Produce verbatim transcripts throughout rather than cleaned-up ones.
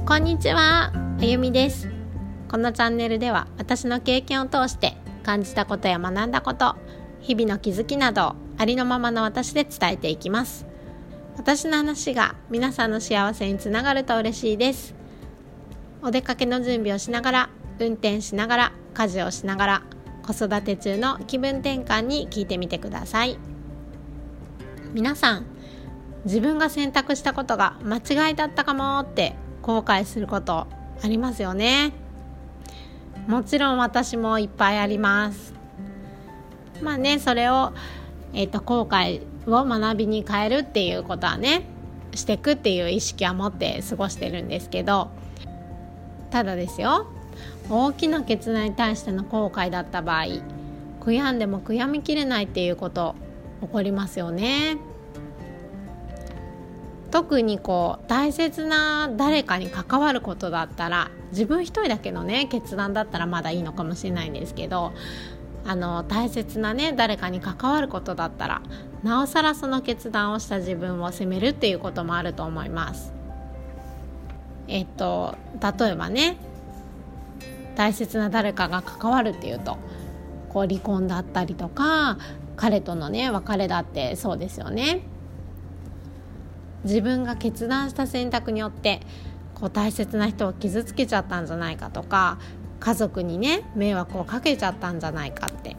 こんにちは、あゆみです。このチャンネルでは私の経験を通して感じたことや学んだこと、日々の気づきなどをありのままの私で伝えていきます。私の話が皆さんの幸せにつながると嬉しいです。お出かけの準備をしながら、運転しながら、家事をしながら、子育て中の気分転換に聞いてみてください。皆さん、自分が選択したことが間違いだったかもって後悔することありますよね。もちろん私もいっぱいあります。まあね、それを、えーと、後悔を学びに変えるっていうことはね、していくっていう意識は持って過ごしてるんですけど、ただですよ、大きな決断に対しての後悔だった場合、悔やんでも悔やみきれないっていうこと起こりますよね。特にこう大切な誰かに関わることだったら、自分一人だけのね決断だったらまだいいのかもしれないんですけど、あの大切なね誰かに関わることだったら、なおさらその決断をした自分を責めるっていうこともあると思います。えっと例えばね、大切な誰かが関わるっていうと、こう離婚だったりとか、彼とのね別れだってそうですよね。自分が決断した選択によってこう大切な人を傷つけちゃったんじゃないかとか、家族にね迷惑をかけちゃったんじゃないかって、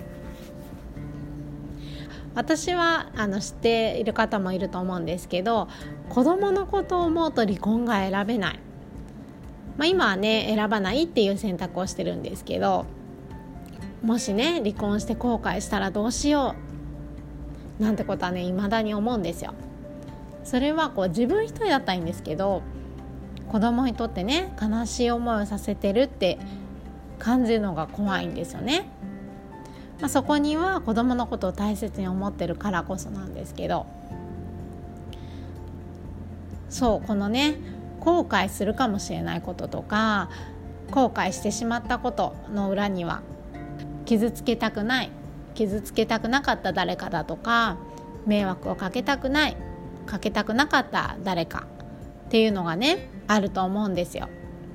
私はあの知っている方もいると思うんですけど、子供のことを思うと離婚が選べない、まあ、今はね選ばないっていう選択をしてるんですけど、もしね離婚して後悔したらどうしようなんてことはね未だに思うんですよ。それはこう自分一人だったらいいんですけど、子供にとってね悲しい思いをさせてるって感じるのが怖いんですよね。まあ、そこには子供のことを大切に思ってるからこそなんですけど、そうこのね後悔するかもしれないこととか、後悔してしまったことの裏には、傷つけたくない、傷つけたくなかった誰かだとか、迷惑をかけたくない、かけたくなかった誰かっていうのがねあると思うんですよ。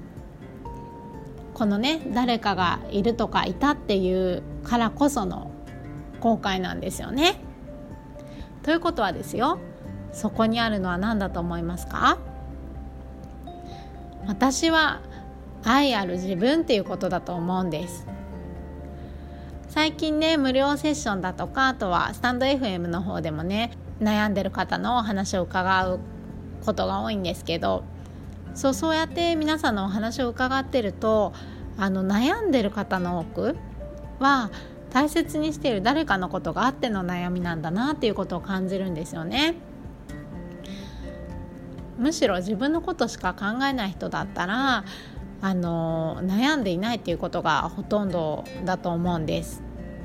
このね誰かがいるとかいたっていうからこその後悔なんですよね。ということはですよ、そこにあるのは何だと思いますか？私は愛ある自分っていうことだと思うんです。最近ね無料セッションだとか、あとはスタンド エフエム の方でもね悩んでる方のお話を伺うことが多いんですけど、そうそうやって皆さんのお話を伺ってると、あの悩んでる方の多くは大切にしている誰かのことがあっての悩みなんだなっていうことを感じるんですよね。むしろ自分のことしか考えない人だったら、あの悩んでいないっていうことがほとんどだと思うんです。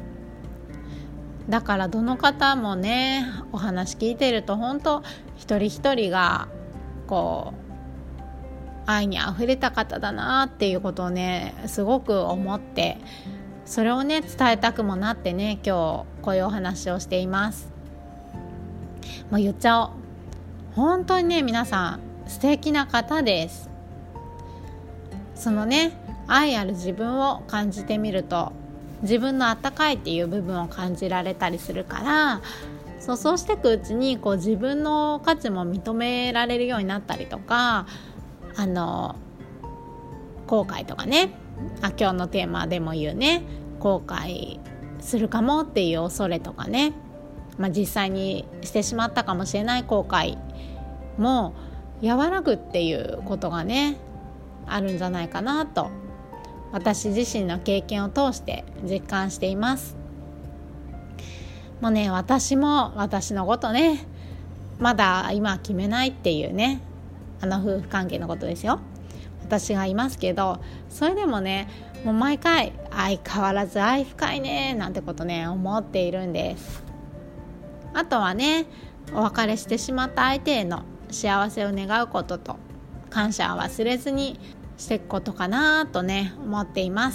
だからどの方もねお話聞いてると、本当一人一人がこう愛にあふれた方だなっていうことをねすごく思って、それをね伝えたくもなってね今日こういうお話をしています。もう言っちゃおう、本当にね皆さん素敵な方です。そのね愛ある自分を感じてみると、自分のあったかいっていう部分を感じられたりするから、そうそうしていくうちにこう自分の価値も認められるようになったりとか、あの後悔とかね、あ今日のテーマでも言うね後悔するかもっていう恐れとかね、まあ、実際にしてしまったかもしれない後悔も和らぐっていうことがねあるんじゃないかなと、私自身の経験を通して実感しています。もうね私も私のことねまだ今決めないっていうね、あの夫婦関係のことですよ。私がいますけど、それでもねもう毎回相変わらず愛深いねなんてことね思っているんです。あとはねお別れしてしまった相手への幸せを願うことと感謝を忘れずにしていくことかなとね思っています。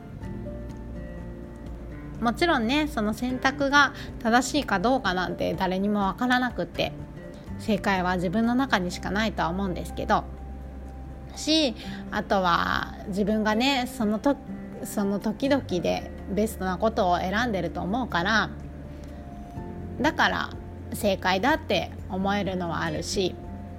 もちろんねその選択が正しいかどうかなんて誰にもわからなくて、正解は自分の中にしかないとは思うんですけど、 し、あとは自分がねそのとその時々でベストなことを選んでると思うから、だから正解だって思えるのはあるし、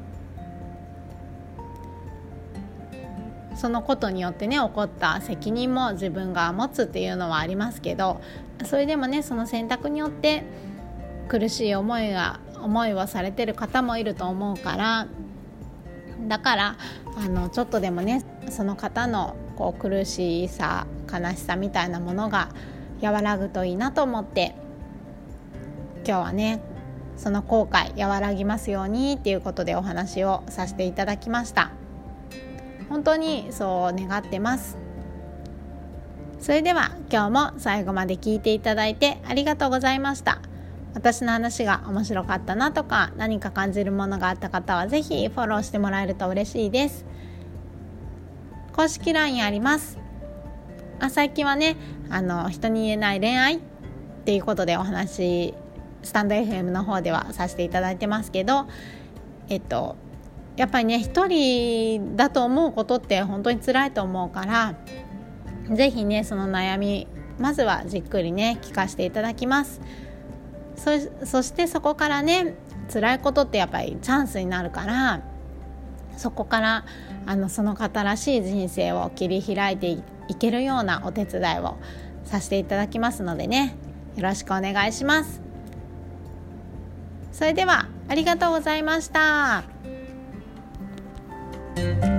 そのことによってね起こった責任も自分が持つっていうのはありますけど、それでもねその選択によって苦しい思いが思いをされてる方もいると思うから、だからあのちょっとでもねその方のこう苦しさ悲しさみたいなものが和らぐといいなと思って、今日はねその後悔和らぎますようにっていうことでお話をさせていただきました。本当にそう願ってます。それでは今日も最後まで聞いていただいてありがとうございました。私の話が面白かったなとか何か感じるものがあった方はぜひフォローしてもらえると嬉しいです。公式 ライン あります。あ最近はねあの人に言えない恋愛っていうことでお話スタンド エフエム の方ではさせていただいてますけど、えっとやっぱりね一人だと思うことって本当に辛いと思うから、ぜひねその悩みまずはじっくりね聞かせていただきます。そ, そしてそこからね辛いことってやっぱりチャンスになるから、そこからあのその方らしい人生を切り開いて い, いけるようなお手伝いをさせていただきますのでね、よろしくお願いします。それではありがとうございました。